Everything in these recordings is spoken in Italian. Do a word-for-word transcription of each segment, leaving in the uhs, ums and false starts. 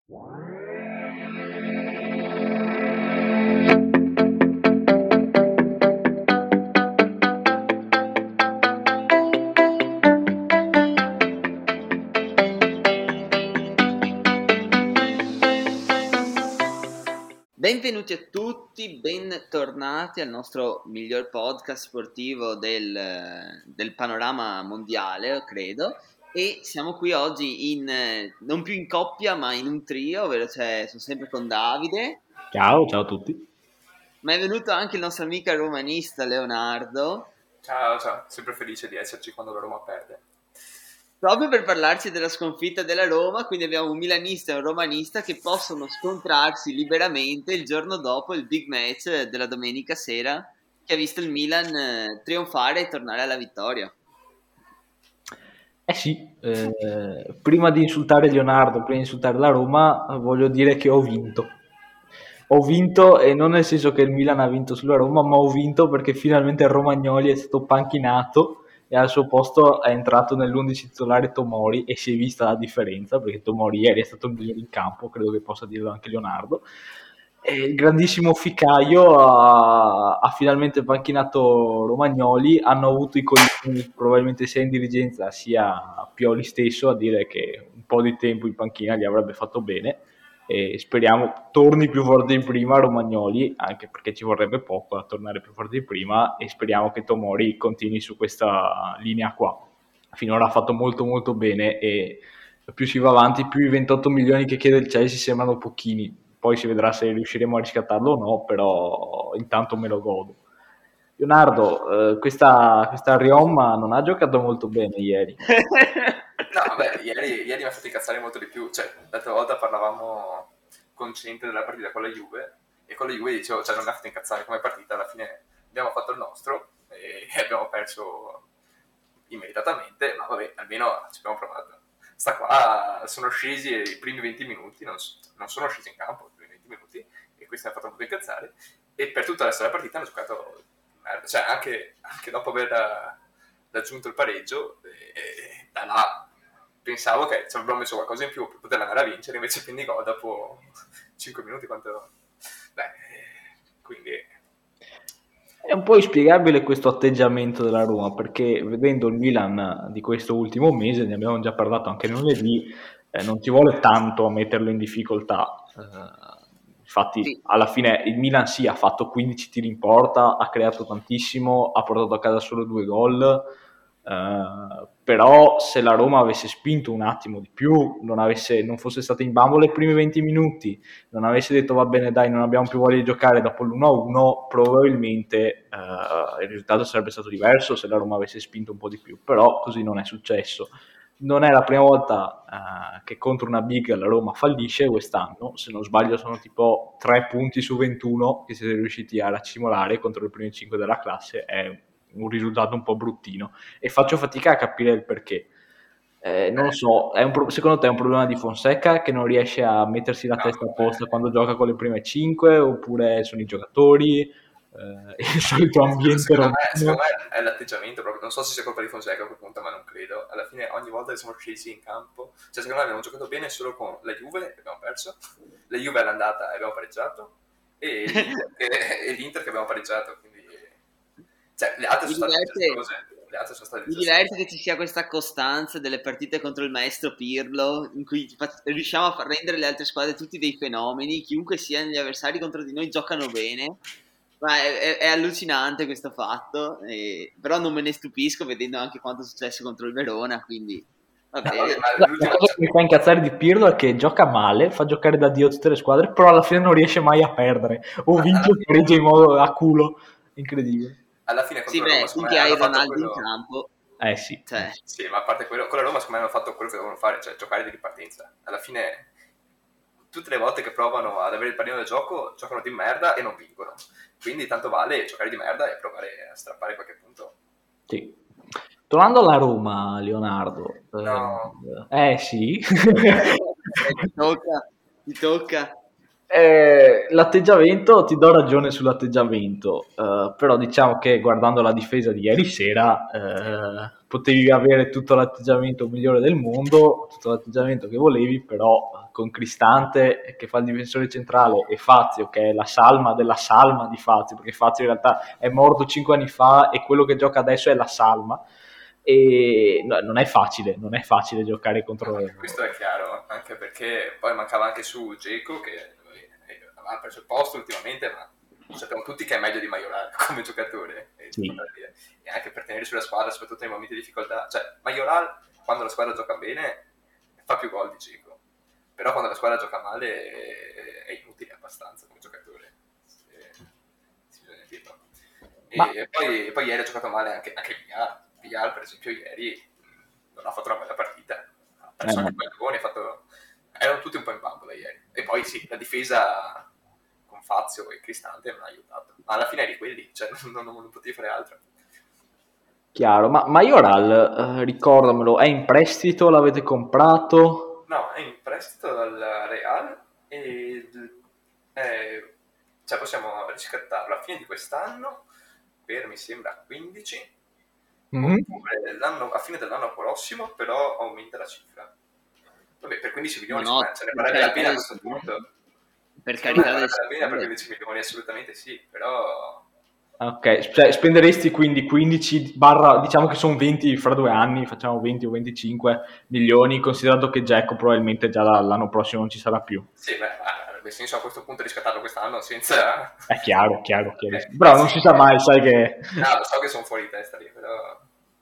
Benvenuti a tutti, bentornati al nostro miglior podcast sportivo del, del panorama mondiale, credo. E siamo qui oggi in non più in coppia, ma in un trio, ovvero cioè, sono sempre con Davide. Ciao, ciao a tutti. Ma è venuto anche il nostro amico romanista Leonardo. Ciao, ciao, sempre felice di esserci quando la Roma perde. Proprio per parlarci della sconfitta della Roma, quindi abbiamo un milanista e un romanista che possono scontrarsi liberamente il giorno dopo il big match della domenica sera, che ha visto il Milan eh, trionfare e tornare alla vittoria. Eh sì, eh, prima di insultare Leonardo, prima di insultare la Roma, voglio dire che ho vinto. Ho vinto, e non nel senso che il Milan ha vinto sulla Roma, ma ho vinto perché finalmente Romagnoli è stato panchinato e al suo posto è entrato nell'undici titolare Tomori, e si è vista la differenza, perché Tomori ieri è stato il migliore in campo, credo che possa dirlo anche Leonardo. E il grandissimo Ficaio ha, ha finalmente panchinato Romagnoli. Hanno avuto i coglioni, probabilmente sia in dirigenza sia Pioli stesso, a dire che un po' di tempo in panchina gli avrebbe fatto bene, e speriamo torni più forte di prima Romagnoli, anche perché ci vorrebbe poco a tornare più forte di prima, e speriamo che Tomori continui su questa linea qua. Finora ha fatto molto molto bene, e più si va avanti più i ventotto milioni che chiede il Chelsea sembrano pochini. Poi si vedrà se riusciremo a riscattarlo o no, però intanto me lo godo. Leonardo, eh, questa, questa Rioma non ha giocato molto bene ieri. No, vabbè, ieri, ieri mi ha fatto incazzare molto di più. Cioè, l'altra volta parlavamo con Cente della partita con la Juve, e con la Juve dicevo, cioè non mi ha fatto incazzare come partita, alla fine abbiamo fatto il nostro e abbiamo perso immediatamente, ma vabbè, almeno ci abbiamo provato. Sta qua sono scesi e i primi venti minuti, non, non sono scesi in campo i primi venti minuti, e questo mi ha fatto molto incazzare, e per tutta la resto della partita hanno giocato merda, cioè anche, anche dopo aver raggiunto il pareggio, e da là pensavo che ci avrebbero messo qualcosa in più per poter andare a vincere, invece prendi gol dopo cinque minuti, quanto... Beh, quindi... È un po' inspiegabile questo atteggiamento della Roma, perché vedendo il Milan di questo ultimo mese, ne abbiamo già parlato anche lunedì, eh, non ci vuole tanto a metterlo in difficoltà. Eh, infatti Sì. alla fine il Milan sì, ha fatto quindici tiri in porta, ha creato tantissimo, ha portato a casa solo due gol, eh, però se la Roma avesse spinto un attimo di più, non, avesse, non fosse stata in bambola i primi venti minuti, non avesse detto va bene dai, non abbiamo più voglia di giocare dopo l'uno a uno, probabilmente uh, il risultato sarebbe stato diverso se la Roma avesse spinto un po' di più, però così non è successo. Non è la prima volta uh, che contro una big la Roma fallisce quest'anno, se non sbaglio sono tipo tre punti su ventuno che siete riusciti a racimolare contro le prime cinque della classe, è un risultato un po' bruttino, e faccio fatica a capire il perché. Eh, non lo so, è un pro- secondo te è un problema di Fonseca che non riesce a mettersi la No, testa a posto eh, quando gioca con le prime cinque, oppure sono i giocatori, eh, il solito ambiente secondo romano? me, secondo me è l'atteggiamento proprio, non so se sia colpa di Fonseca a quel punto, ma non credo. Alla fine ogni volta che siamo scesi in campo, cioè secondo me abbiamo giocato bene solo con la Juve e abbiamo perso, la Juve all'andata e abbiamo pareggiato, e l'Inter, che, e l'Inter che abbiamo pareggiato, quindi cioè le altre Mi sono state diverte, disastrose, le altre sono state mi disastrose. diverte che ci sia questa costanza delle partite contro il maestro Pirlo, in cui fa- riusciamo a far rendere le altre squadre tutti dei fenomeni, chiunque siano gli avversari contro di noi giocano bene. Ma è, è- è allucinante questo fatto, e- però non me ne stupisco vedendo anche quanto è successo contro il Verona, quindi va No, bene. vabbè, ma La, la l'ultima, cosa cioè, che mi fa incazzare di Pirlo è che gioca male, fa giocare da Dio tutte le squadre, però alla fine non riesce mai a perdere, o ma alla vince o fine, pareggia in modo a culo, incredibile. alla fine Sì, contro la Roma beh, secondo me finché hai hanno fatto Ronaldo in quello. campo, Eh sì, cioè, Sì, ma a parte quello, con la Roma secondo me hanno fatto quello che dovevano fare, cioè giocare di ripartenza. Alla fine, tutte le volte che provano ad avere il pallino del gioco, giocano di merda e non vincono. Quindi tanto vale giocare di merda e provare a strappare qualche punto. sì. Tornando alla Roma, Leonardo, No, eh, eh sì, eh, ti tocca, ti tocca. Eh, l'atteggiamento, ti do ragione sull'atteggiamento, eh, però diciamo che guardando la difesa di ieri sera eh, potevi avere tutto l'atteggiamento migliore del mondo, tutto l'atteggiamento che volevi, però con Cristante che fa il difensore centrale e Fazio che è la salma della salma di Fazio, perché Fazio in realtà è morto cinque anni fa e quello che gioca adesso è la salma. E no, non è facile, non è facile giocare contro. No, questo è chiaro, anche perché poi mancava anche su Dzeko che ha preso il posto ultimamente, ma sappiamo tutti che è meglio di Majoral come giocatore, e, Sì. e anche per tenere sulla squadra, soprattutto nei momenti di difficoltà. Cioè, Majoral, quando la squadra gioca bene, fa più gol di Dzeko, però quando la squadra gioca male è, è inutile abbastanza come giocatore, se, se bisogna dirlo. E Ma... poi, poi ieri ha giocato male anche, anche Villar. Villar, per esempio, ieri non ha fatto una bella partita, ha perso Eh, anche quei buoni, ha fatto... erano tutti un po' in bambola ieri. E poi sì, la difesa con Fazio e Cristante non ha aiutato, ma alla fine eri quelli, cioè non, non, non potevi fare altro. Chiaro, ma Majoral, eh, ricordamelo, è in prestito, l'avete comprato? No, è in prestito dal Real e eh, cioè possiamo riscattarlo a fine di quest'anno per, mi sembra, quindici, Mm-hmm. oppure l'anno, a fine dell'anno prossimo, però aumenta la cifra. Vabbè, per quindici milioni No, no, secondo me ce ne varrebbe la pena a questo punto. Per Secondo me carità del varrebbe la pena per Signore. quindici milioni, assolutamente sì, però... Ok, cioè spenderesti quindi quindici barra, diciamo che sono venti fra due anni, facciamo venti o venticinque milioni, considerato che Dzeko probabilmente già l'anno prossimo non ci sarà più. Sì, beh, avrebbe senso a questo punto riscattarlo quest'anno senza... È chiaro, chiaro, chiaro. Eh, Però non sì, si sa mai, sai che... no, lo so che sono fuori di testa lì, però...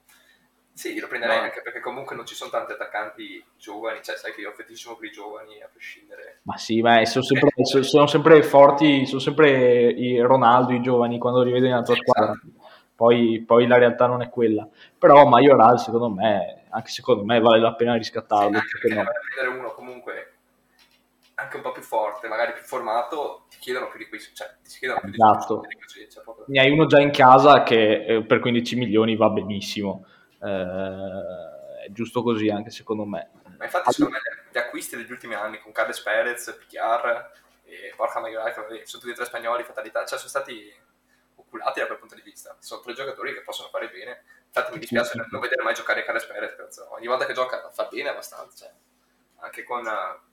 Sì, lo prenderei No. anche perché comunque non ci sono tanti attaccanti giovani, cioè sai che io ho feticissimo per i giovani a prescindere. Ma sì, ma sono sempre, sono sempre forti, sono sempre i Ronaldo, i giovani, quando li vedi nella tua Sì, squadra. esatto. Poi, poi la realtà non è quella. Però Majoral, secondo me, anche secondo me vale la pena Sì, riscattarlo. anche Perché perché ne no? vai a prendere uno comunque anche un po' più forte, magari più formato, ti chiedono più di quei, cioè ti chiedono più di Esatto. più di così, cioè proprio... Ne hai uno già in casa che eh, per quindici milioni va benissimo. Eh, è giusto così anche secondo me. Ma infatti secondo me gli acquisti degli ultimi anni con Carles Perez, Piquar e Borja Mayoral, che sono tutti e tre spagnoli, fatalità, cioè sono stati oculati da quel punto di vista. Sono tre giocatori che possono fare bene. Infatti mi dispiace non vedere mai giocare Carles Perez, penso. Ogni volta che gioca fa bene abbastanza. Cioè, anche con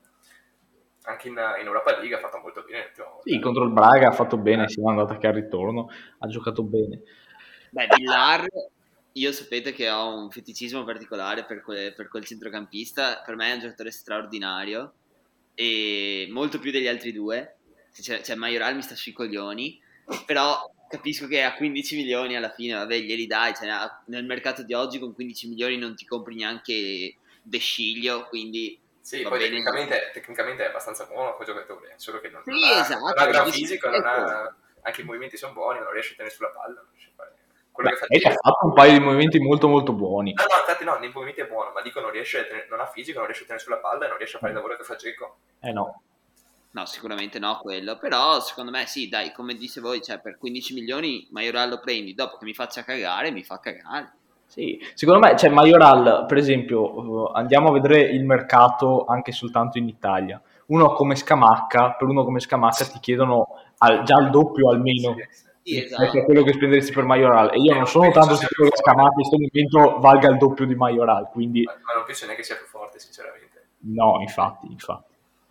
anche in, in Europa League ha fatto molto bene l'ultima volta. Sì, contro il Braga ha fatto bene, si è andato che al ritorno, ha giocato bene. Beh, Villar, io sapete che ho un feticismo particolare per, que- per quel centrocampista, per me è un giocatore straordinario e molto più degli altri due, cioè, cioè Majoral mi sta sui coglioni, però capisco che a quindici milioni alla fine, vabbè, glieli dai, cioè, nel mercato di oggi con quindici milioni non ti compri neanche De Sciglio, quindi sì, va poi bene. tecnicamente, tecnicamente è abbastanza buono quel giocatore, solo che non, Sì, non, ha, esatto, non ha gran io fisico, so- non ha, anche i movimenti sono buoni, non riesce a tenere sulla palla, non riesce a fare quello Beh, che e faceva. ha fatto un paio di movimenti molto molto buoni. No, no, infatti no, nei movimenti è buono, ma dico non riesce a tenere, non ha fisico, non riesce a tenere sulla palla e non riesce a fare il lavoro che fa Dzeko. Eh no. No, sicuramente no quello, però secondo me sì, dai, come disse voi, cioè per quindici milioni Majoral lo prendi, dopo che mi faccia cagare, mi fa cagare. Sì, secondo me, cioè Majoral, per esempio, eh, andiamo a vedere il mercato anche soltanto in Italia. Uno come Scamacca, per uno come Scamacca ti chiedono al- già il doppio almeno Sì, sì. Sì, rispetto a esatto. quello che spenderesti per Majoral. E io E non non sono penso tanto sia sicuro più che forte. Scamacca in questo momento valga il doppio di Majoral, quindi Ma, ma non penso neanche sia più forte, sinceramente. no, infatti, infatti.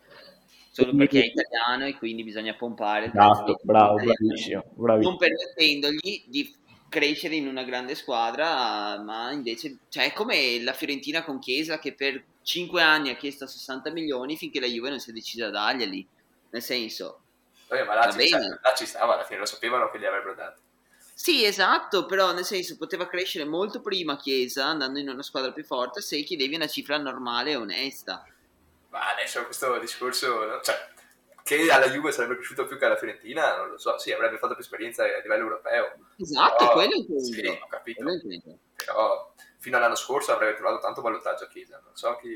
Solo perché è Quindi- italiano e quindi bisogna pompare il Esatto, calcio bravo, italiano, bravissimo, non bravissimo. permettendogli di crescere in una grande squadra, ma invece, cioè è come la Fiorentina con Chiesa che per cinque anni ha chiesto sessanta milioni finché la Juve non si è decisa a darglieli, nel senso, Vabbè, ma là va ci, cioè, bene. là ci stava, alla fine lo sapevano che li avrebbero dati. Sì, esatto, però nel senso poteva crescere molto prima Chiesa andando in una squadra più forte se chiedevi una cifra normale e onesta. Ma adesso questo discorso, cioè, che alla Juve sarebbe piaciuto più che alla Fiorentina, non lo so, sì, avrebbe fatto più esperienza a livello europeo. Esatto, Però, quello sì, intendo. ho capito. Quello intendo. Però fino all'anno scorso avrebbe trovato tanto ballottaggio a Chiesa, non so chi...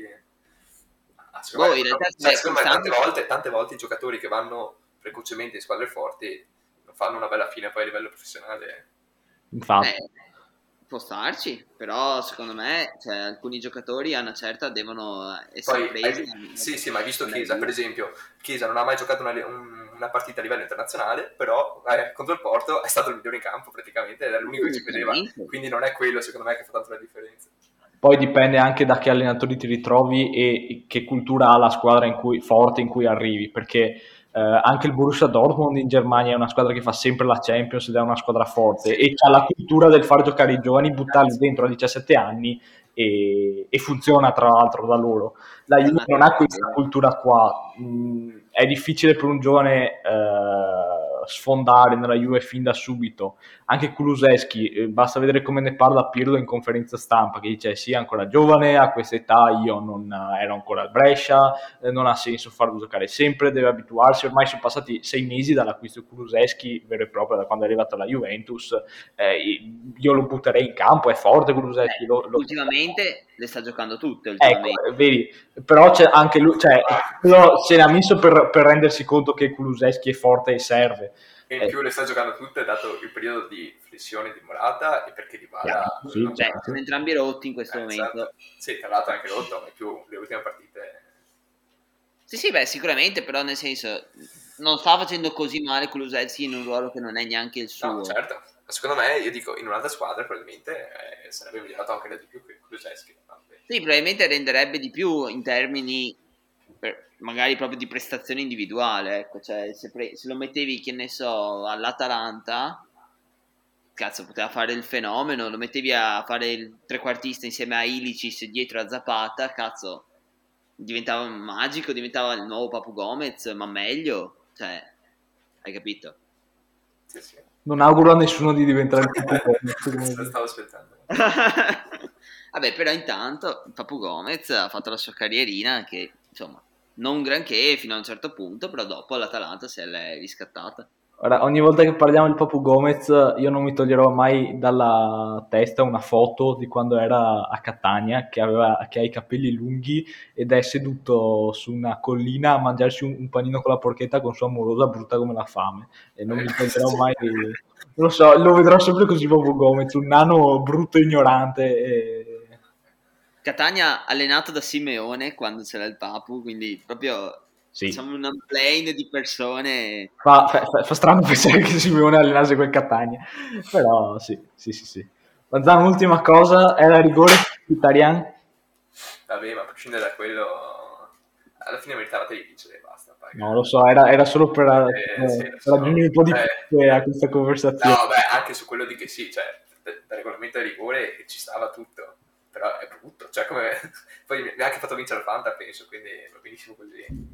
Ah, secondo Boh, me, in realtà cioè, c'è secondo me tante Cristante. volte, tante volte i giocatori che vanno precocemente in squadre forti non fanno una bella fine poi a livello professionale. Infatti. Eh, può starci, però secondo me cioè, alcuni giocatori a una certa devono essere Poi, presi. hai, sì, sì, ma hai visto Chiesa, per esempio, Chiesa non ha mai giocato una, un, una partita a livello internazionale, però eh, contro il Porto è stato il migliore in campo praticamente, era l'unico che ci credeva, quindi non è quello secondo me che fa tanto la differenza. Poi dipende anche da che allenatori ti ritrovi e che cultura ha la squadra in cui, forte in cui arrivi, perché eh, anche il Borussia Dortmund in Germania è una squadra che fa sempre la Champions ed è una squadra forte, sì, e ha la cultura del far giocare i giovani, buttarli dentro a diciassette anni e, e funziona tra l'altro da loro. La Juve non ha questa cultura qua, mm, è difficile per un giovane eh, sfondare nella Juve fin da subito. Anche Kulusevski, eh, basta vedere come ne parla Pirlo in conferenza stampa, che dice sì, è ancora giovane, a questa età io non ero ancora al Brescia, eh, non ha senso farlo giocare sempre, deve abituarsi. Ormai sono passati sei mesi dall'acquisto di Kulusevski vero e proprio, da quando è arrivato alla Juventus, eh, io lo butterei in campo, è forte Kulusevski. Eh, lo, lo... ultimamente le sta giocando tutte ultimamente. Ecco, vedi, però c'è anche lui, cioè, se ne ha messo per, per rendersi conto che Kulusevski è forte e serve. E in più le sta giocando tutte dato il periodo di flessione di Morata e perché Dybala sì, non cioè, sono entrambi rotti in questo eh, momento. Esatto. Sì, tra l'altro anche rotto, ma in più le ultime partite. Sì, sì, beh, sicuramente, però nel senso non sta facendo così male Kulusevski in un ruolo che non è neanche il suo. No, certo. Secondo me, io dico, in un'altra squadra probabilmente eh, sarebbe migliorato anche da di più che Kulusevski. Sì, probabilmente renderebbe di più in termini per, magari proprio di prestazione individuale, ecco, cioè se, pre- se lo mettevi, che ne so, all'Atalanta, cazzo, poteva fare il fenomeno, lo mettevi a fare il trequartista insieme a Ilicic dietro a Zapata, cazzo, diventava magico, diventava il nuovo Papu Gomez, ma meglio, cioè, hai capito? Sì, sì. Non auguro a nessuno di diventare il Papu Gomez. Lo stavo aspettando. Vabbè, però intanto Papu Gomez ha fatto la sua carrierina che, insomma, non granché fino a un certo punto, però dopo l'Atalanta se l'è riscattata. Ora, ogni volta che parliamo del Papu Gomez, io non mi toglierò mai dalla testa una foto di quando era a Catania, che, aveva, che ha i capelli lunghi ed è seduto su una collina a mangiarsi un, un panino con la porchetta con sua amorosa brutta come la fame. E non mi toglierò mai di... Non lo so, lo vedrò sempre così Papu Gomez, un nano brutto e ignorante. E... Catania allenato da Simeone quando c'era il Papu, quindi proprio... Sì. Diciamo un plane di persone. Fa, fa, fa strano pensare che Simeone allenasse quel Catania, però sì, sì, sì, sì. Mazzano, ultima cosa, era rigore italiano? Vabbè, ma a prescindere da quello, alla fine meritavate di vincere, basta. Paga. No, lo so, era, era solo per, eh, per, sì, per so. aggiungere un po' di eh, a questa conversazione. No, beh, anche su quello di che sì, cioè, da regolamento del rigore ci stava tutto, però è brutto, cioè come... Poi mi ha anche fatto vincere il Fanta, penso, quindi va benissimo così.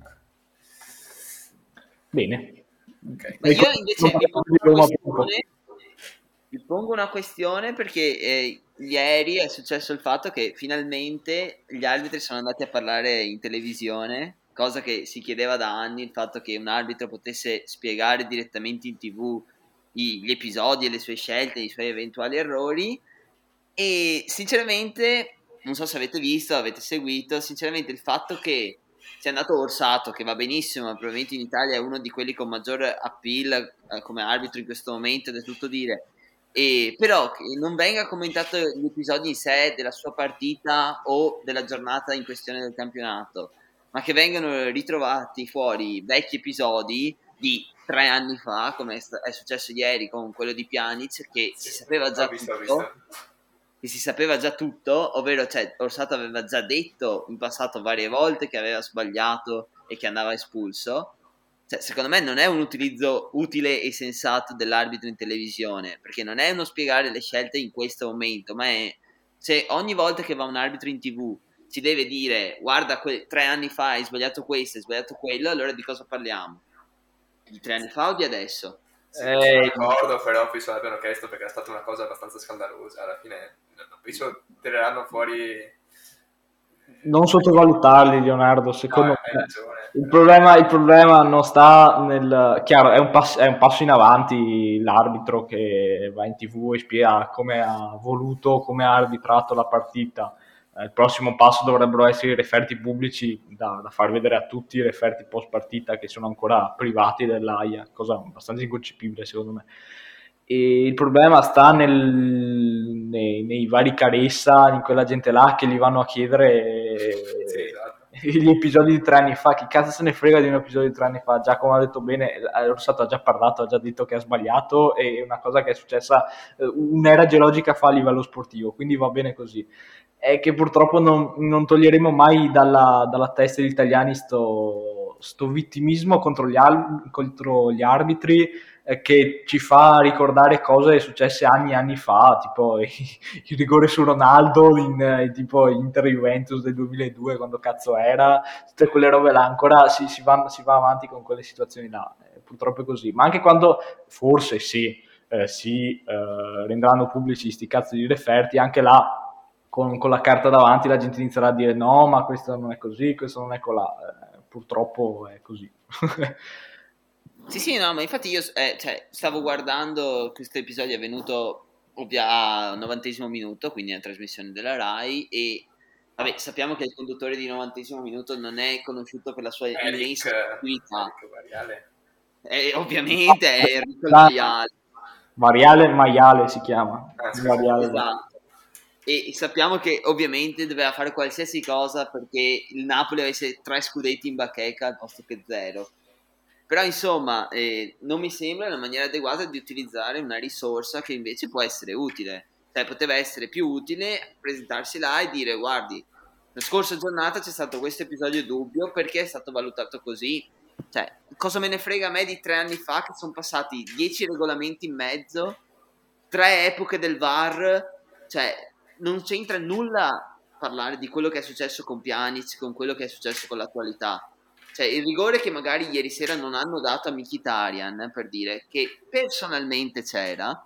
Bene. Okay. Ma io invece vi pongo una questione, vi pongo una questione perché eh, ieri è successo il fatto che finalmente gli arbitri sono andati a parlare in televisione, cosa che si chiedeva da anni, il fatto che un arbitro potesse spiegare direttamente in tv gli episodi e le sue scelte, i suoi eventuali errori, e sinceramente, non so se avete visto, avete seguito, sinceramente il fatto che sia andato Orsato, che va benissimo, ma probabilmente in Italia è uno di quelli con maggior appeal eh, come arbitro in questo momento, ed è tutto dire, e però che non venga commentato gli episodi in sé della sua partita o della giornata in questione del campionato, ma che vengano ritrovati fuori vecchi episodi di tre anni fa, come è, sta- è successo ieri con quello di Pjanic, che Sì, si sapeva già visto, tutto, che si sapeva già tutto, ovvero cioè, Orsato aveva già detto in passato varie volte che aveva sbagliato e che andava espulso. Cioè, secondo me non è un utilizzo utile e sensato dell'arbitro in televisione, perché non è uno spiegare le scelte in questo momento, ma è se ogni volta che va un arbitro in tv ci deve dire guarda, que- tre anni fa hai sbagliato questo, hai sbagliato quello, allora di cosa parliamo? Di tre anni fa o di adesso? Sì, eh, sono d'accordo, però penso l'abbiano chiesto perché è stata una cosa abbastanza scandalosa. Alla fine penso tireranno fuori. Non sottovalutarli, Leonardo, secondo no, me. Ragione, Il problema, il problema non sta nel... Chiaro, è un, passo, è un passo in avanti l'arbitro che va in tv e spiega come ha voluto, come ha arbitrato la partita. Eh, il prossimo passo dovrebbero essere i referti pubblici da, da far vedere a tutti, i referti post partita che sono ancora privati dell'A I A, cosa abbastanza inconcepibile secondo me. E il problema sta nel, nei, nei vari Caressa, in quella gente là che gli vanno a chiedere Sì, esatto. gli episodi di tre anni fa. Chi cazzo se ne frega di un episodio di tre anni fa? Giacomo ha detto bene, Orsato ha già parlato, ha già detto che ha sbagliato, e è una cosa che è successa eh, un'era geologica fa a livello sportivo, quindi va bene così. È che purtroppo non, non toglieremo mai dalla, dalla testa degli italiani sto, sto vittimismo contro gli, al- contro gli arbitri, eh, che ci fa ricordare cose successe anni e anni fa, tipo il, il rigore su Ronaldo in, in tipo Inter-Juventus del duemiladue, quando cazzo era, tutte quelle robe là. Ancora si, si, va, si va avanti con quelle situazioni là, eh, purtroppo è così. Ma anche quando forse sì, eh, si eh, renderanno pubblici sti cazzo di referti, anche là con, con la carta davanti la gente inizierà a dire no, ma questo non è così, questo non è colà. Eh, purtroppo è così. Sì, sì, no, ma infatti io eh, cioè, stavo guardando, questo episodio è venuto ovvia al novantesimo minuto, quindi alla trasmissione della Rai, e vabbè, sappiamo che il conduttore di novantesimo minuto non è conosciuto per la sua Eric, immensa attività. Eric Variale. Eh, ovviamente è Enrico il Ah, maiale. Variale Maiale si chiama. Ah, scusa. Variale. Esatto. E sappiamo che ovviamente doveva fare qualsiasi cosa perché il Napoli avesse tre scudetti in bacheca al posto che zero. Però insomma eh, non mi sembra una maniera adeguata di utilizzare una risorsa che invece può essere utile. Cioè poteva essere più utile presentarsi là e dire guardi, la scorsa giornata c'è stato questo episodio dubbio perché è stato valutato così. Cioè cosa me ne frega a me di tre anni fa che sono passati dieci regolamenti in mezzo, tre epoche del V A R, cioè non c'entra nulla parlare di quello che è successo con Pjanic, con quello che è successo con l'attualità. Cioè il rigore che magari ieri sera non hanno dato a Mkhitaryan, per dire, che personalmente c'era,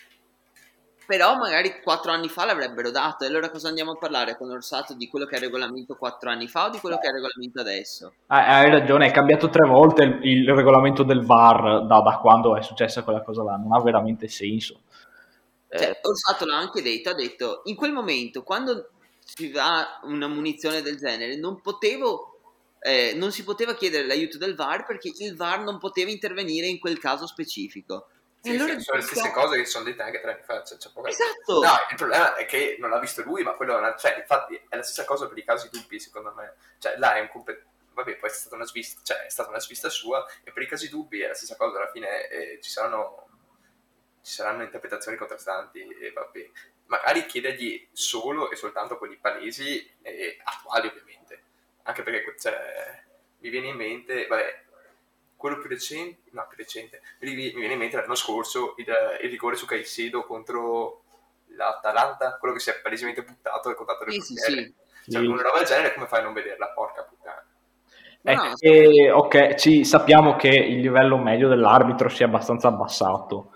però magari quattro anni fa l'avrebbero dato. E allora cosa andiamo a parlare con Orsato di quello che è il regolamento quattro anni fa o di quello che è il regolamento adesso? Ah, hai ragione, è cambiato tre volte il, il regolamento del V A R da, da quando è successa quella cosa là, non ha veramente senso. Cioè, Eh, Orsato l'ha anche detto, ha detto, in quel momento, quando si va una munizione del genere, non potevo, eh, non si poteva chiedere l'aiuto del V A R perché il V A R non poteva intervenire in quel caso specifico. E Sì, allora sì, sono le stesse cose che sono dette anche tre anni fa. Cioè, c'è poca... esatto. No, il problema è che non l'ha visto lui, ma quello non ha... Cioè, infatti è la stessa cosa per i casi dubbi, secondo me. Cioè, là è un comp- vabbè, poi è stata una svista, cioè è stata una svista sua, e per i casi dubbi è la stessa cosa, alla fine eh, ci saranno ci saranno interpretazioni contrastanti, e vabbè. Magari chiedergli solo e soltanto quelli palesi e attuali, ovviamente. Anche perché, cioè, mi viene in mente, vabbè, quello più recente, no, più recente, mi mi viene in mente l'anno scorso il, il rigore su Caicedo contro l'Atalanta, quello che si è palesemente buttato e contato del Sì, sì, portiere. sì. Cioè, sì. una roba del genere come fai a non vederla? Porca puttana. È No, no, che, ok, sì, sappiamo che il livello medio dell'arbitro sia abbastanza abbassato.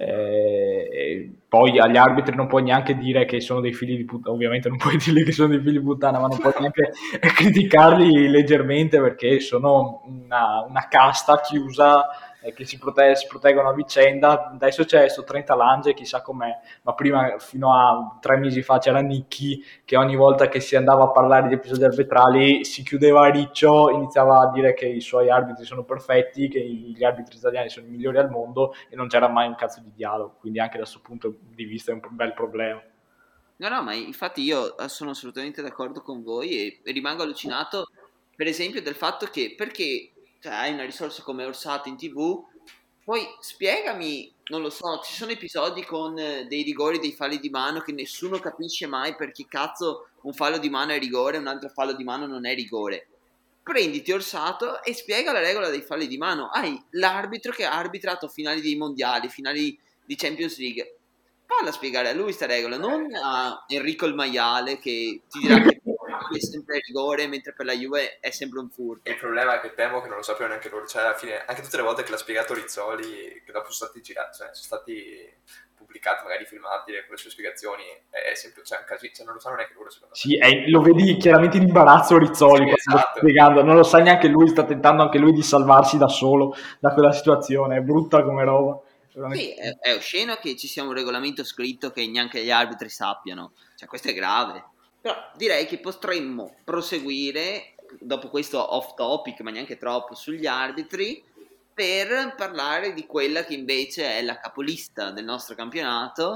Eh, e poi agli arbitri non puoi neanche dire che sono dei figli di puttana, ovviamente non puoi dirgli che sono dei figli di puttana, ma non puoi neanche criticarli leggermente perché sono una, una casta chiusa eh, che si, prote- si proteggono a vicenda. Adesso c'è sto trenta Lange, chissà com'è, ma prima, fino a tre mesi fa, c'era Nicchi che ogni volta che si andava a parlare di episodi arbitrali si chiudeva a riccio, iniziava a dire che i suoi arbitri sono perfetti, che gli arbitri italiani sono i migliori al mondo, e non c'era mai un cazzo di dialogo, quindi anche da questo punto di vista è un bel problema. no, no, ma infatti io sono assolutamente d'accordo con voi e, e rimango allucinato, per esempio, del fatto che perché cioè, hai una risorsa come Orsato in tivù, poi spiegami, non lo so, ci sono episodi con eh, dei rigori, dei falli di mano che nessuno capisce mai perché cazzo un fallo di mano è rigore e un altro fallo di mano non è rigore. Prenditi Orsato e spiega la regola dei falli di mano. Hai l'arbitro che ha arbitrato finali dei mondiali, finali di Champions League. Falla spiegare a lui sta regola, non a Enrico il maiale che ti dirà che è sempre rigore mentre per la Juve è sempre un furto. Il problema è che temo che non lo sappiano neanche loro, cioè alla fine anche tutte le volte che l'ha spiegato Rizzoli, che dopo sono stati girati, cioè sono stati pubblicati magari filmati con le sue spiegazioni, è sempre, cioè, un casino, cioè, non lo sanno neanche loro secondo me. Sì, è, lo vedi chiaramente in imbarazzo Rizzoli, Sì, quando sta esatto. spiegando, non lo sa neanche lui, sta tentando anche lui di salvarsi da solo da quella situazione, è brutta come roba. Veramente. Sì, è, è osceno che ci sia un regolamento scritto che neanche gli arbitri sappiano, cioè questo è grave. Però direi che potremmo proseguire dopo questo off topic, ma neanche troppo, sugli arbitri, per parlare di quella che invece è la capolista del nostro campionato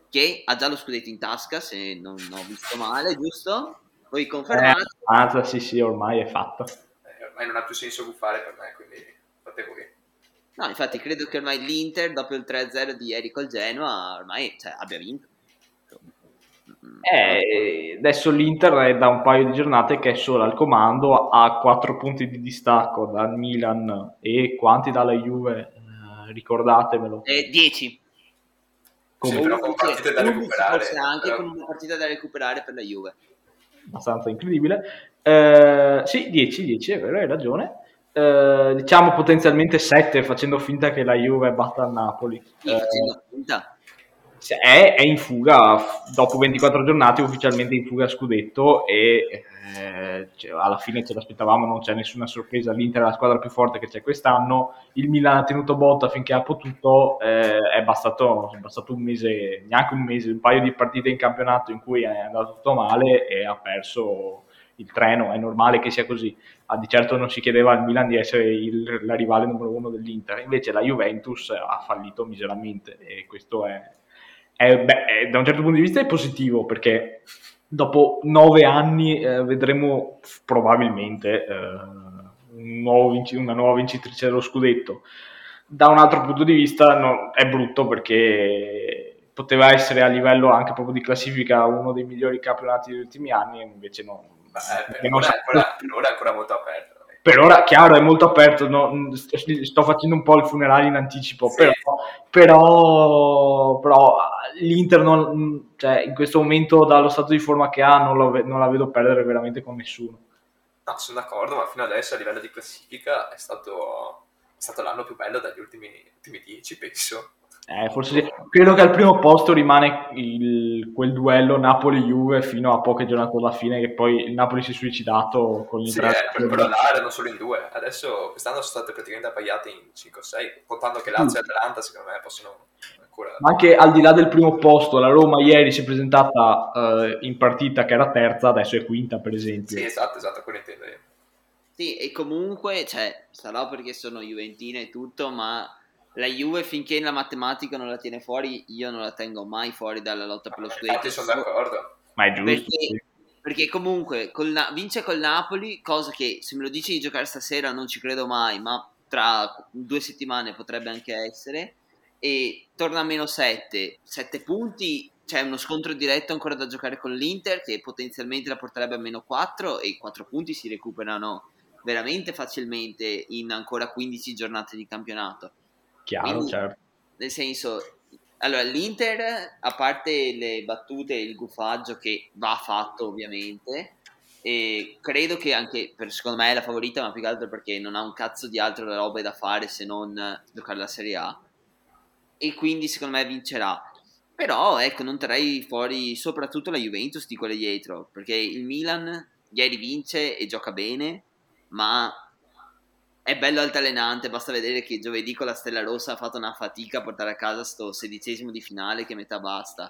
che ha già lo scudetto in tasca, se non ho visto male, giusto? Voi confermate? Eh, ah, sì, sì, ormai è fatta. Eh, ormai non ha più senso buffare per me, quindi fate voi. No, infatti credo che ormai l'Inter, dopo il tre a zero di ieri col Genoa, ormai cioè, abbia vinto. Eh, adesso l'Inter è da un paio di giornate che è solo al comando, ha quattro punti di distacco dal Milan e quanti dalla Juve, eh, ricordatemelo. Eh, dieci. Sì, Come però con undici, partite da undici recuperare. forse anche, però- con una partita da recuperare per la Juve. abbastanza incredibile. Eh, sì, dieci, dieci, è vero, hai ragione. Eh, diciamo potenzialmente sette, facendo finta che la Juve batta il Napoli. Sì, Eh, facendo finta. è, è in fuga, dopo ventiquattro giornate ufficialmente in fuga a scudetto e eh, cioè, alla fine ce l'aspettavamo, non c'è nessuna sorpresa, l'Inter è la squadra più forte che c'è quest'anno, il Milan ha tenuto botta finché ha potuto, eh, è, bastato, è bastato un mese, neanche un mese, un paio di partite in campionato in cui è andato tutto male e ha perso il treno, è normale che sia così. Ah, di certo non si chiedeva al Milan di essere il, la rivale numero uno dell'Inter, invece la Juventus ha fallito miseramente e questo è, è, beh, è, da un certo punto di vista è positivo perché dopo nove anni eh, vedremo probabilmente eh, un nuovo vinci- una nuova vincitrice dello scudetto. Da un altro punto di vista no, è brutto perché poteva essere a livello anche proprio di classifica uno dei migliori campionati degli ultimi anni e invece no. Beh, per, non ora sa- è ancora, per ora è ancora molto aperto. per ora, chiaro, è molto aperto, no? Sto facendo un po' il funerale in anticipo, Sì. però, però, però l'Inter non, cioè, in questo momento dallo stato di forma che ha non, lo, non la vedo perdere veramente con nessuno. No, sono d'accordo, ma fino adesso a livello di classifica è stato, è stato l'anno più bello dagli ultimi, ultimi dieci, penso. Eh, forse sì. Credo che al primo posto rimane il, quel duello Napoli-Juve fino a poche giornate alla fine, che poi il Napoli si è suicidato con Sì, l'entrata. eh, però là erano solo in due. Adesso quest'anno sono state praticamente appaiate in cinque o sei, contando che Lazio e Atalanta secondo me possono ancora... Ma anche al di là del primo posto, la Roma ieri si è presentata eh, in partita che era terza, adesso è quinta per esempio. Sì, esatto, esatto, quello intendo io. Sì, e comunque, cioè, sarà perché sono juventina e tutto, ma la Juve finché la matematica non la tiene fuori, io non la tengo mai fuori dalla lotta per lo scudetto. Infatti sono d'accordo. Ma è giusto. Perché, Sì. perché comunque col Na- vince col Napoli, cosa che se me lo dici di giocare stasera non ci credo mai, ma tra due settimane potrebbe anche essere, e torna a meno sette, sette punti, c'è uno scontro diretto ancora da giocare con l'Inter che potenzialmente la porterebbe a meno quattro e quattro punti si recuperano veramente facilmente in ancora quindici giornate di campionato. Chiaro, Quindi, certo. nel senso, allora l'Inter, a parte le battute e il guffaggio che va fatto ovviamente, e credo che anche per, secondo me è la favorita, ma più che altro perché non ha un cazzo di altre robe da fare se non giocare la Serie A, e quindi secondo me vincerà. Però ecco, non terrei fuori soprattutto la Juventus di quelle dietro, perché il Milan ieri vince e gioca bene, ma è bello altalenante, basta vedere che giovedì con la Stella Rossa ha fatto una fatica a portare a casa sto sedicesimo di finale che metà basta.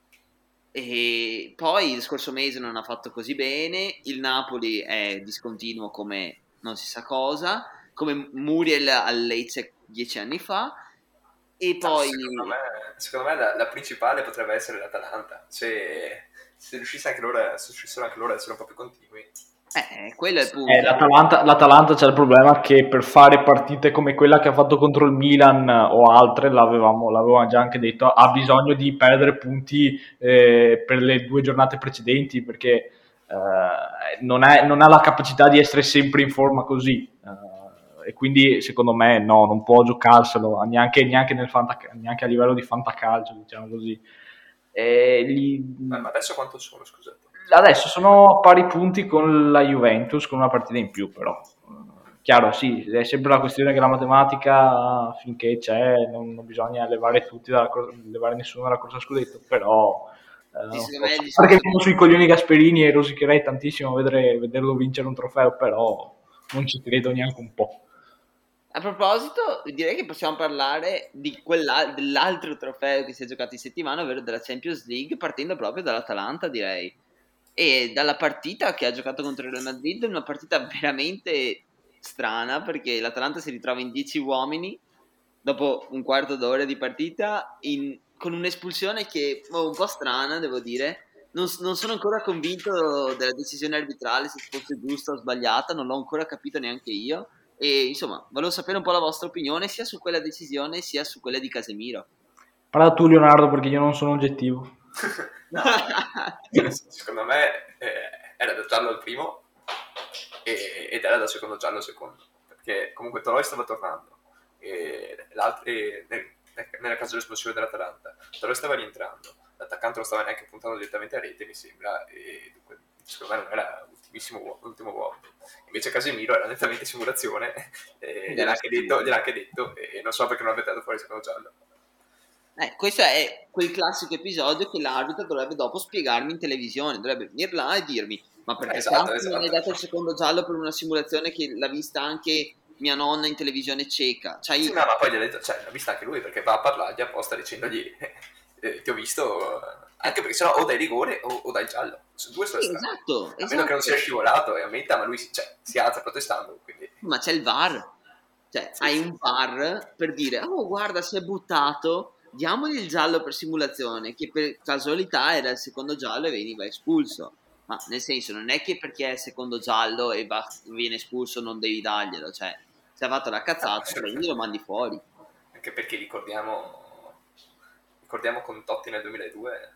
E poi il scorso mese non ha fatto così bene, il Napoli è discontinuo come non si sa cosa, come Muriel al Lecce dieci anni fa, e poi... Secondo me, secondo me la, la principale potrebbe essere l'Atalanta, se, se riuscisse anche loro, se riuscissero anche loro ad essere un po' più continui. Eh, quello è il punto. Eh, l'Atalanta, l'Atalanta c'è il problema che per fare partite come quella che ha fatto contro il Milan o altre, l'avevamo, l'avevamo già anche detto, ha bisogno di perdere punti eh, per le due giornate precedenti perché eh, non, è, non ha la capacità di essere sempre in forma così. Eh, e quindi secondo me no, non può giocarselo neanche, neanche, nel fanta, neanche a livello di fantacalcio, diciamo così. E lì, Ma adesso quanto sono, scusate? Adesso sono a pari punti con la Juventus, con una partita in più però. Chiaro, sì, è sempre la questione che la matematica finché c'è non, non bisogna levare tutti dalla corsa, levare nessuno dalla corsa a scudetto, però eh, Sì, non secondo me so. il Perché discorso... sono sui coglioni Gasperini e rosicherei tantissimo vedere, vederlo vincere un trofeo, però non ci credo neanche un po'. A proposito, direi che possiamo parlare di quella, dell'altro trofeo che si è giocato in settimana, ovvero della Champions League, partendo proprio dall'Atalanta, direi. E dalla partita che ha giocato contro il Real Madrid, una partita veramente strana, perché l'Atalanta si ritrova in dieci uomini, dopo un quarto d'ora di partita, in con un'espulsione che oh, un po' strana, devo dire. Non, non sono ancora convinto della decisione arbitrale, se fosse giusta o sbagliata, non l'ho ancora capito neanche io. E insomma, volevo sapere un po' la vostra opinione sia su quella decisione sia su quella di Casemiro. Parla tu, Leonardo, perché io non sono oggettivo. No, secondo me eh, era da giallo al primo e, ed era da secondo giallo al secondo, perché comunque Toloi stava tornando e, e nel, nella caso dell'espulsione dell'Atalanta Toloi stava rientrando, l'attaccante non stava neanche puntando direttamente a rete, mi sembra, e dunque secondo me non era l'ultimissimo l'ultimo uomo. Invece Casemiro era nettamente simulazione, e gliel'ha anche detto, gliel'ha anche detto e non so perché non avete dato fuori il secondo giallo. Eh, questo è quel classico episodio che l'arbitro dovrebbe dopo spiegarmi in televisione, dovrebbe venire là e dirmi ma perché esatto, esatto. non hai dato il secondo giallo per una simulazione che l'ha vista anche mia nonna in televisione ceca? Cioè, sì, no, ma poi gli ha detto, cioè, l'ha vista anche lui perché va a parlargli apposta dicendogli eh, ti ho visto, anche perché sennò o dai rigore o, o dai giallo, sono due sono sì, strane. esatto, A meno esatto. che non sia scivolato e ammetta, ma lui si, cioè, si alza protestando, quindi... Ma c'è il V A R, cioè sì, hai sì, un V A R per dire oh guarda si è buttato, diamogli il giallo per simulazione, che per casualità era il secondo giallo e veniva espulso. Ma nel senso, non è che perché è il secondo giallo e va, viene espulso non devi darglielo, cioè se ha fatto la cazzata no, prendi lo mandi fuori. Anche perché ricordiamo ricordiamo con Totti nel duemiladue.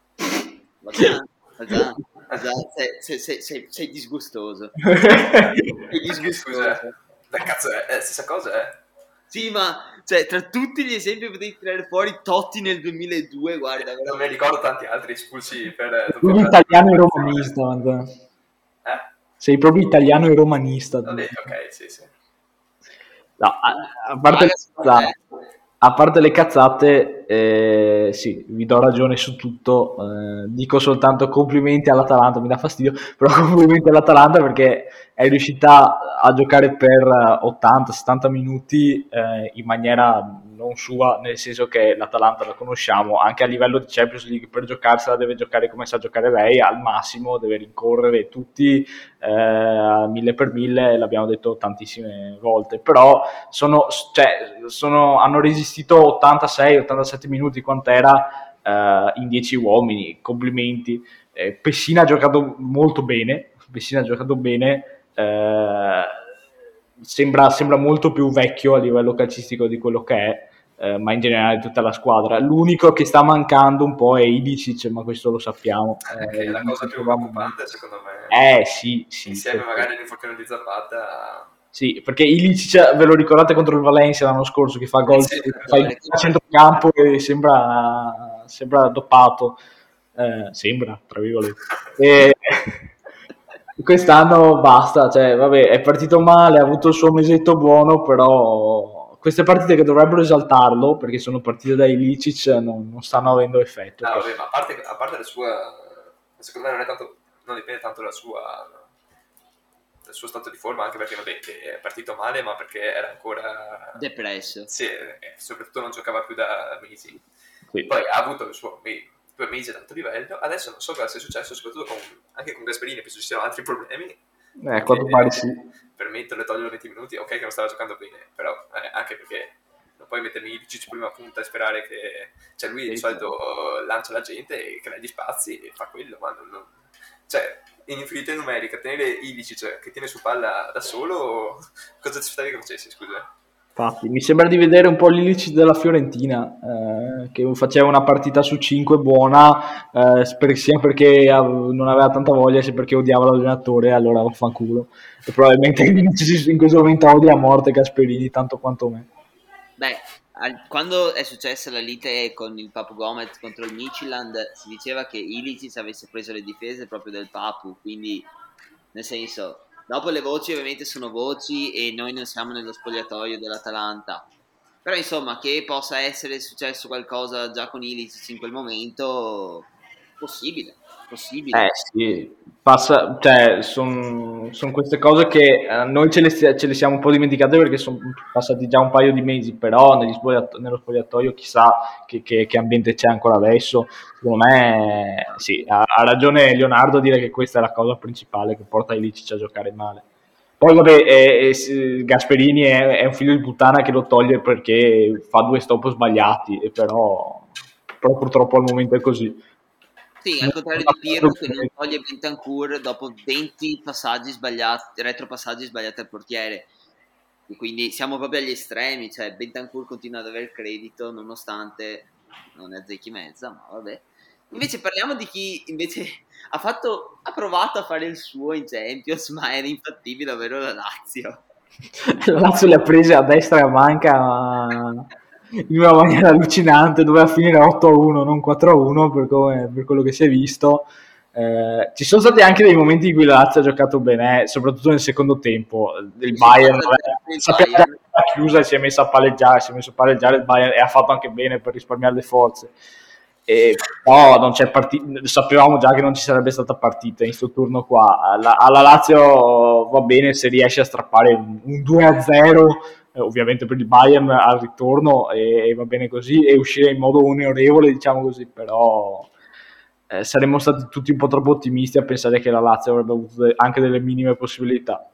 Va già, va già, va già. Sei, sei, sei, sei, sei disgustoso. Sei disgustoso. Scusa, la cazzo è, è la stessa cosa, eh? Sì, ma cioè, tra tutti gli esempi potevi tirare fuori Totti nel duemiladue, guarda. Eh, non ne ricordo tanti altri espulsi per... Tu italiano e romanista, eh? Sei proprio italiano e romanista. Ho detto, ok, sì, sì. No, a, a, parte, le cazzate, a parte le cazzate, eh, sì, vi do ragione su tutto. Eh, dico soltanto complimenti all'Atalanta, mi dà fastidio, però complimenti all'Atalanta perché è riuscita a giocare per ottanta settanta minuti eh, in maniera non sua, nel senso che l'Atalanta la conosciamo anche a livello di Champions League, per giocarsela deve giocare come sa giocare lei, al massimo deve rincorrere tutti eh, mille per mille, l'abbiamo detto tantissime volte, però sono, cioè, sono, hanno resistito ottantasei ottantasette minuti quant'era eh, in dieci uomini, complimenti. eh, Pessina ha giocato molto bene, Pessina ha giocato bene eh, Sembra, sembra molto più vecchio a livello calcistico di quello che è, eh, ma in generale tutta la squadra. L'unico che sta mancando un po' è Ilicic, ma questo lo sappiamo. Eh, che è la cosa più preoccupante secondo me. Eh sì, sì. Insieme perché... magari all'infortunio di Zapata. Sì, perché Ilicic, ve lo ricordate contro il Valencia l'anno scorso, che fa gol sì, fa il centrocampo e sembra, sembra doppato. Eh, sembra, tra virgolette. E... quest'anno basta, cioè vabbè, è partito male, ha avuto il suo mesetto buono, però queste partite che dovrebbero esaltarlo, perché sono partite da Ilicic, non, non stanno avendo effetto. No, vabbè, ma a parte, a parte la sua, secondo me non è tanto, non dipende tanto dalla sua, dal suo stato di forma, anche perché vabbè, è partito male, ma perché era ancora depresso. Sì, e soprattutto non giocava più da mesi. Sì. Poi ha avuto il suo due mesi ad alto livello, adesso non so cosa sia successo, soprattutto con, anche con Gasperini, penso ci siano altri problemi. Eh, quanto pare sì. Per metterlo e toglierlo venti minuti, ok che non stava giocando bene, però eh, anche perché non puoi mettermi Ilicic prima punta e sperare che... Cioè lui di solito lancia la gente e crea gli spazi e fa quello, ma non... non... Cioè, in infinità numerica, tenere Ilicic che tiene su palla da solo, cosa ti aspettavi che facessi, scusa? Infatti, mi sembra di vedere un po' l'Ilicic della Fiorentina, eh, che faceva una partita su cinque buona, eh, per, sia perché non aveva tanta voglia, sia perché odiava l'allenatore, allora vaffanculo. E probabilmente l'Ilicic in questo momento odia a morte Gasperini, tanto quanto me. Beh, al, quando è successa la lite con il Papu Gomez contro il Midtjylland, si diceva che Ilicic avesse preso le difese proprio del Papu, quindi nel senso... Dopo le voci ovviamente sono voci e noi non siamo nello spogliatoio dell'Atalanta, però insomma che possa essere successo qualcosa già con Ilicic in quel momento, possibile, possibile. Eh sì, passa, cioè sono son queste cose che eh, noi ce le, ce le siamo un po' dimenticate perché sono passati già un paio di mesi, però negli spogliato- nello spogliatoio chissà che, che, che ambiente c'è ancora adesso. Secondo me sì, ha, ha ragione Leonardo a dire che questa è la cosa principale che porta Ilicic a giocare male. Poi vabbè, è, è, Gasperini è, è un figlio di puttana che lo toglie perché fa due stop sbagliati, e però però purtroppo al momento è così. Sì, al contrario di Pirlo che non toglie Bentancur dopo venti passaggi sbagliati, retropassaggi sbagliati al portiere. E quindi siamo proprio agli estremi, cioè Bentancur continua ad avere credito nonostante non è zecchi mezza, ma vabbè. Invece parliamo di chi invece ha fatto ha provato a fare il suo in Champions, ma era infattibile, ovvero la Lazio. La Lazio le ha prese a destra e a manca, ma in una maniera allucinante, doveva finire otto a uno, non quattro a uno per, come, per quello che si è visto. Eh, ci sono stati anche dei momenti in cui la Lazio ha giocato bene, eh, soprattutto nel secondo tempo. Il Bayern sapeva già che era chiusa e si è messa a palleggiare, si è messo a palleggiare il Bayern e ha fatto anche bene per risparmiare le forze. E, no, non c'è partita, sapevamo già che non ci sarebbe stata partita in questo turno qua. Alla, alla Lazio va bene se riesce a strappare un, un due a zero, eh, ovviamente per il Bayern al ritorno, e, e va bene così, e uscire in modo onorevole, diciamo così, però eh, saremmo stati tutti un po' troppo ottimisti a pensare che la Lazio avrebbe avuto de- anche delle minime possibilità.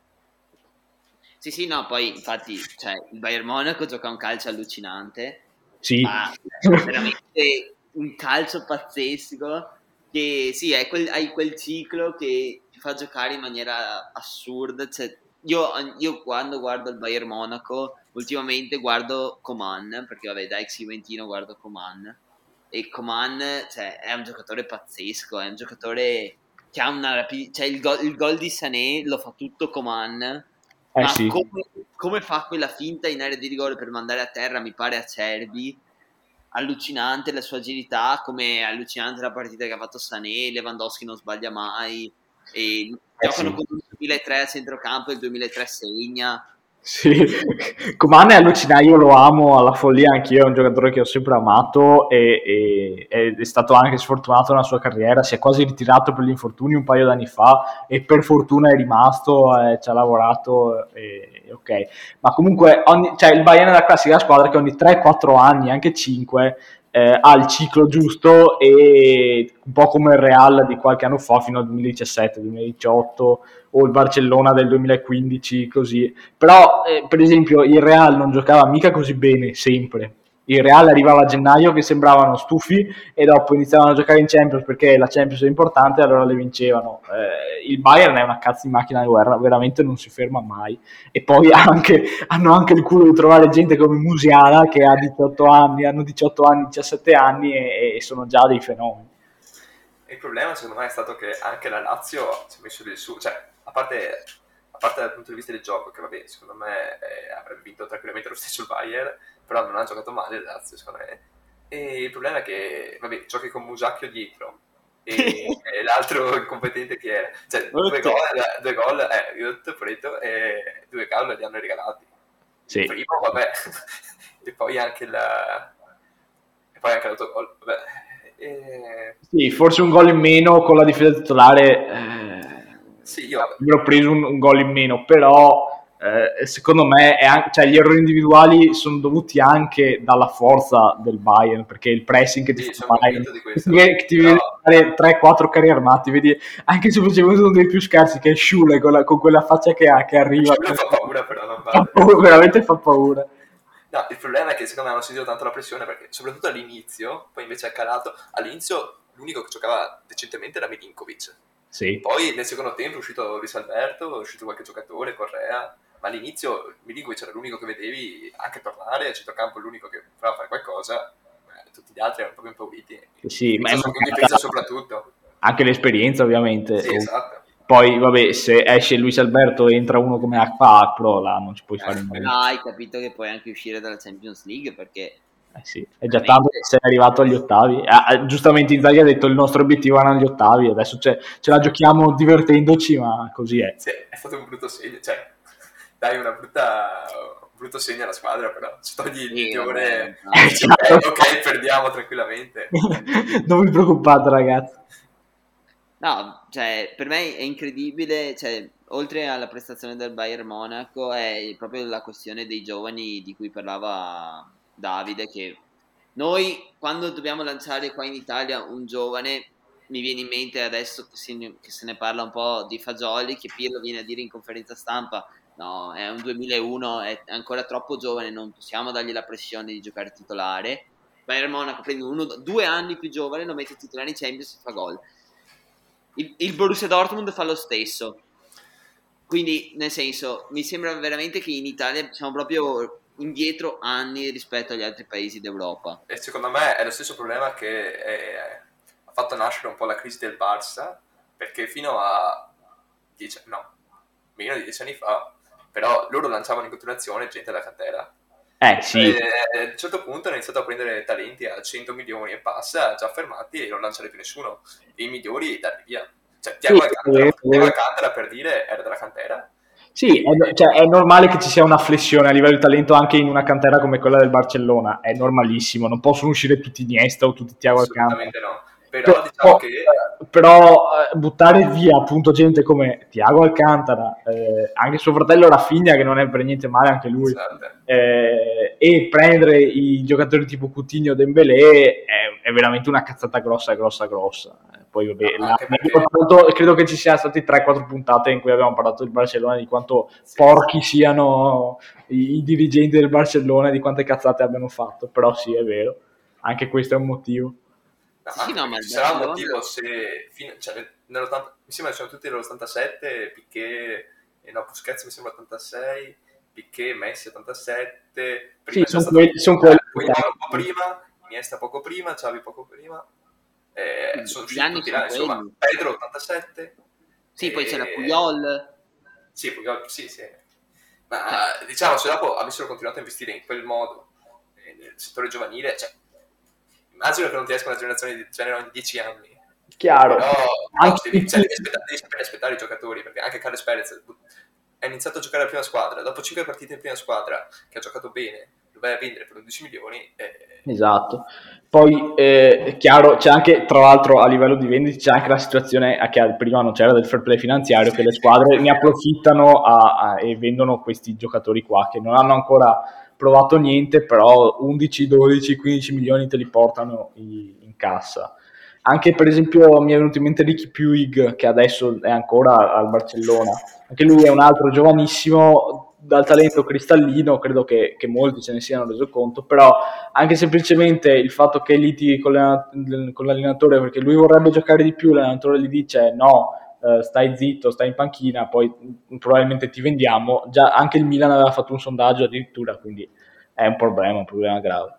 Sì, sì, no, poi infatti cioè, il Bayern Monaco gioca un calcio allucinante, sì. ma veramente un calcio pazzesco, che sì, hai quel, hai quel ciclo che ti fa giocare in maniera assurda. Cioè, io, io quando guardo il Bayern Monaco, ultimamente guardo Coman, perché vabbè da ex juventino guardo Coman, e Coman cioè, è un giocatore pazzesco, è un giocatore che ha una rapidità, cioè il gol, il gol di Sané lo fa tutto Coman, eh, ma sì. come, come fa quella finta in area di rigore per mandare a terra, mi pare, a Cervi, allucinante la sua agilità, come allucinante la partita che ha fatto Sané, Lewandowski non sbaglia mai, e eh, giocano sì. con il duemilatré a centrocampo e il duemilatré segna. Sì, Coman è allucinante, io lo amo alla follia, anch'io è un giocatore che ho sempre amato e, e è stato anche sfortunato nella sua carriera, si è quasi ritirato per gli infortuni un paio d'anni fa e per fortuna è rimasto, eh, ci ha lavorato, e, ok. Ma comunque ogni, cioè, il Bayern è la classica squadra che ogni tre quattro anni, anche cinque, eh, ha il ciclo giusto, e un po' come il Real di qualche anno fa fino al duemiladiciassette duemiladiciotto o il Barcellona del duemilaquindici, così. Però eh, per esempio il Real non giocava mica così bene sempre. Il Real arrivava a gennaio che sembravano stufi e dopo iniziavano a giocare in Champions perché la Champions è importante e allora le vincevano. Eh, il Bayern è una cazzo di macchina di guerra, veramente non si ferma mai. E poi anche, hanno anche il culo di trovare gente come Musiala che ha diciotto anni, hanno diciotto anni, diciassette anni e, e sono già dei fenomeni. Il problema secondo me è stato che anche la Lazio si è messo del suo, cioè a parte, a parte dal punto di vista del gioco, che vabbè secondo me eh, avrebbe vinto tranquillamente lo stesso il Bayern, però non ha giocato male la Lazio secondo me. E il problema è che vabbè giochi con Musacchio dietro e, e l'altro incompetente che era, cioè due gol, due gol, eh, io ho detto Preto, e due gol li hanno regalati. Sì. Il primo vabbè e poi anche la e poi anche l'autogol, vabbè. E... Sì, forse un gol in meno con la difesa titolare, eh, sì, io ho preso un, un gol in meno, però eh, secondo me è anche, cioè, gli errori individuali sono dovuti anche dalla forza del Bayern, perché il pressing che ti sì, fa sono Bayern, convinto di questo, che ti però... vede fare tre quattro carri armati, vedi anche semplicemente uno dei più scarsi che è Schule con, con quella faccia che ha, che arriva, Schule fa paura però, non fa vale. paura, veramente fa paura. No, il problema è che secondo me hanno sentito tanto la pressione perché soprattutto all'inizio, poi invece è calato, all'inizio l'unico che giocava decentemente era Milinkovic. Sì. Poi nel secondo tempo è uscito Luis Alberto, è uscito qualche giocatore, Correa, ma all'inizio Milinkovic era l'unico che vedevi anche tornare, a centrocampo l'unico che poteva fare qualcosa, eh, tutti gli altri erano proprio impauriti. Sì, in ma difesa, in difesa soprattutto. Anche l'esperienza ovviamente. Sì, esatto. Poi vabbè, se esce Luis Alberto e entra uno come Akpa, però là non ci puoi eh, fare niente. No, hai capito che puoi anche uscire dalla Champions League perché Eh sì, è già tanto che sei arrivato agli ottavi. Ah, giustamente in Italia ha detto il nostro obiettivo erano gli ottavi, adesso ce, ce la giochiamo divertendoci, ma così è. Sì, è stato un brutto segno, cioè dai una brutta, un brutto segno alla squadra, però se togli il sì, migliore, vabbè, dici, ok, ok, perdiamo tranquillamente. Non vi preoccupate ragazzi. No, cioè, per me è incredibile, cioè, oltre alla prestazione del Bayern Monaco è proprio la questione dei giovani di cui parlava Davide, che noi quando dobbiamo lanciare qua in Italia un giovane, mi viene in mente adesso che, si, che se ne parla un po' di Fagioli, che Pirlo viene a dire in conferenza stampa, no, è un duemilauno, è ancora troppo giovane, non possiamo dargli la pressione di giocare titolare. Bayern Monaco prende uno due anni più giovane, lo mette titolare in Champions e fa gol. Il, il Borussia Dortmund fa lo stesso. Quindi, nel senso, mi sembra veramente che in Italia siamo proprio indietro anni rispetto agli altri paesi d'Europa. E secondo me è lo stesso problema che è, ha fatto nascere un po' la crisi del Barça, perché fino a dieci, no, meno di dieci anni fa, però loro lanciavano in continuazione gente da cantera. Eh sì. E a un certo punto hanno iniziato a prendere talenti a cento milioni e passa, già fermati, e non lanciare più nessuno. E i migliori darli via. Cioè, Thiago Sì, Alcantara, eh, Thiago eh. Alcantara, per dire, era della cantera. Sì, è, cioè, è normale che ci sia una flessione a livello di talento anche in una cantera come quella del Barcellona, è normalissimo, non possono uscire tutti Iniesta o tutti Thiago Alcantara. Assolutamente no. Però diciamo che... Però eh, buttare via appunto gente come Thiago Alcantara, eh, anche suo fratello Rafinha, che non è per niente male anche lui, Esatto. eh, e prendere i giocatori tipo Coutinho o Dembélé è, è veramente una cazzata grossa, grossa, grossa. Eh, Poi vabbè, No, la- anche perché- parlato- credo che ci siano stati tre quattro puntate in cui abbiamo parlato del Barcellona, di quanto Sì, porchi siano i, i dirigenti del Barcellona, di quante cazzate abbiano fatto, però sì, è vero, anche questo è un motivo. No, Sì, sì, anche no, ma perché il ci sarà un Barcellona- motivo se fino, cioè, nell'ottanta mi sembra che sono tutti nell'ottantasette, Piqué e no, Busquets mi sembra ottantasei, Piqué, Messi ottantasette, prima Sì, c'è sono stato quelli- sono quelli- poi un po' prima, Iniesta poco prima, Xavi poco prima, eh, Sì, sono gli usciti anni tutti sono là, insomma, quelli. Pedro ottantasette. Sì, poi e- c'era Puyol. Sì, Puyol, sì, sì. Ma diciamo, se dopo avessero continuato a investire in quel modo eh, nel settore giovanile, cioè, immagino che non ti esca una generazione di genere in dieci anni. Chiaro. Però Anche- no, devi, cioè, devi, aspettare, devi sapere aspettare i giocatori, perché anche Carles Perez ha iniziato a giocare alla prima squadra, dopo cinque partite in prima squadra, che ha giocato bene, lo vai a vendere per undici milioni. E... Esatto. Poi eh, è chiaro, c'è anche, tra l'altro, a livello di vendite, c'è anche la situazione a che prima non c'era del fair play finanziario, che le squadre ne approfittano a- a- e vendono questi giocatori qua, che non hanno ancora provato niente, però undici, dodici, quindici milioni te li portano i- in cassa. Anche per esempio mi è venuto in mente Ricky Puig, che adesso è ancora al Barcellona, anche lui è un altro giovanissimo, dal talento cristallino, credo che, che molti se ne siano reso conto, però anche semplicemente il fatto che litighi con, l'allenatore, con l'allenatore perché lui vorrebbe giocare di più, l'allenatore gli dice no, eh, stai zitto, stai in panchina, poi probabilmente ti vendiamo, già anche il Milan aveva fatto un sondaggio addirittura, quindi è un problema, un problema grave.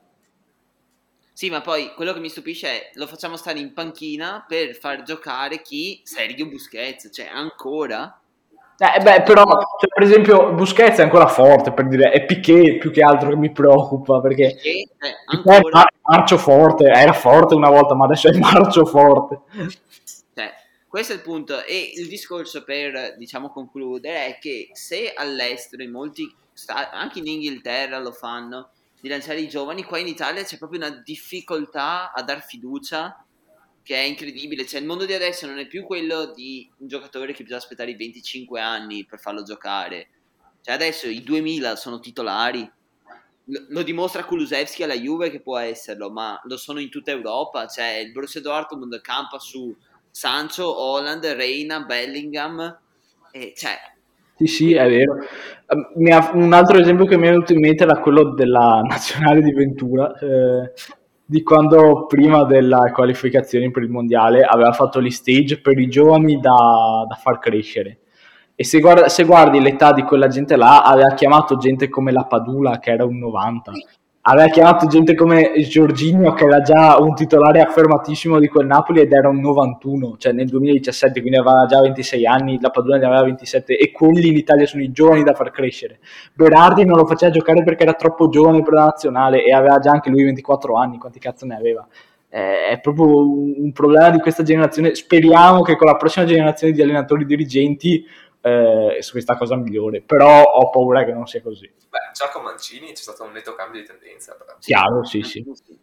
Sì, ma poi quello che mi stupisce è lo facciamo stare in panchina per far giocare chi? Sergio Busquets, cioè ancora? Eh, beh, però, cioè, per esempio, Busquets è ancora forte, per dire, è Piqué più che altro che mi preoccupa, perché Perché? Eh, Piqué è ancora? mar- marcio forte, era forte una volta, ma adesso è marcio forte. Cioè, questo è il punto. E il discorso per, diciamo, concludere è che se all'estero, in molti stati, anche in Inghilterra lo fanno, di lanciare i giovani, qua in Italia c'è proprio una difficoltà a dar fiducia che è incredibile. Cioè, il mondo di adesso non è più quello di un giocatore che bisogna aspettare i venticinque anni per farlo giocare. Cioè, adesso i duemila sono titolari. Lo, lo dimostra Kulusevski alla Juve che può esserlo, ma lo sono in tutta Europa. Cioè, il Borussia Dortmund campa su Sancho, Holland, Reina, Bellingham. E, cioè, Sì, sì, è vero. Um, mi ha- un altro esempio che mi è venuto in mente era quello della nazionale di Ventura, eh, di quando prima della qualificazione per il mondiale aveva fatto gli stage per i giovani da, da far crescere. E se guardi, se guardi l'età di quella gente là, aveva chiamato gente come la Padula, che era un novanta, aveva chiamato gente come Jorginho, che era già un titolare affermatissimo di quel Napoli ed era un novantuno, cioè nel duemiladiciassette, quindi aveva già ventisei anni, la Padula ne aveva ventisette, e quelli in Italia sono i giovani da far crescere. Berardi non lo faceva giocare perché era troppo giovane per la nazionale e aveva già anche lui ventiquattro anni, quanti cazzo ne aveva? Eh, è proprio un, un problema di questa generazione. Speriamo che con la prossima generazione di allenatori dirigenti eh, su questa cosa migliore, però ho paura che non sia così. Beh, già con Mancini c'è stato un netto cambio di tendenza, però. Chiaro, sì, sì.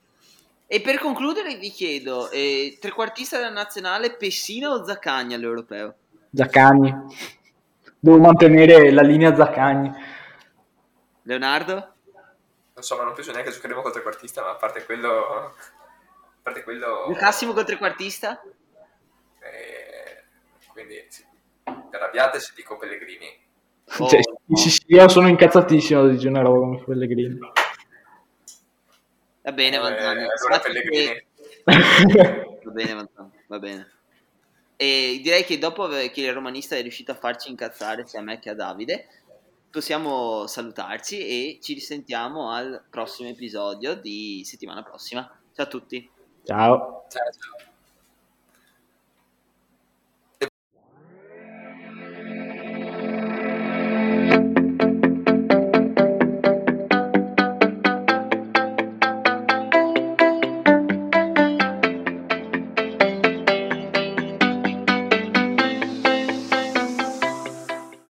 E per concludere vi chiedo, eh, trequartista della nazionale, Pessina o Zaccagni all'Europeo? Zaccagni. Devo mantenere la linea Zaccagni. Leonardo? Insomma, non penso neanche che giocheremo col trequartista, ma a parte quello... A parte quello... Giocassimo col trequartista? Eh, quindi, sì. Arrabbiate se dico Pellegrini. Oh, Cioè, no. sì, sì, io sono incazzatissimo di dire una roba come Pellegrini. Va bene, Eh, Manzano. allora Grazie Pellegrini. che- Va bene, Manzano, va bene. E direi che dopo che il romanista è riuscito a farci incazzare sia a me che a Davide, possiamo salutarci e ci risentiamo al prossimo episodio di settimana prossima. Ciao a tutti. Ciao. Ciao, ciao.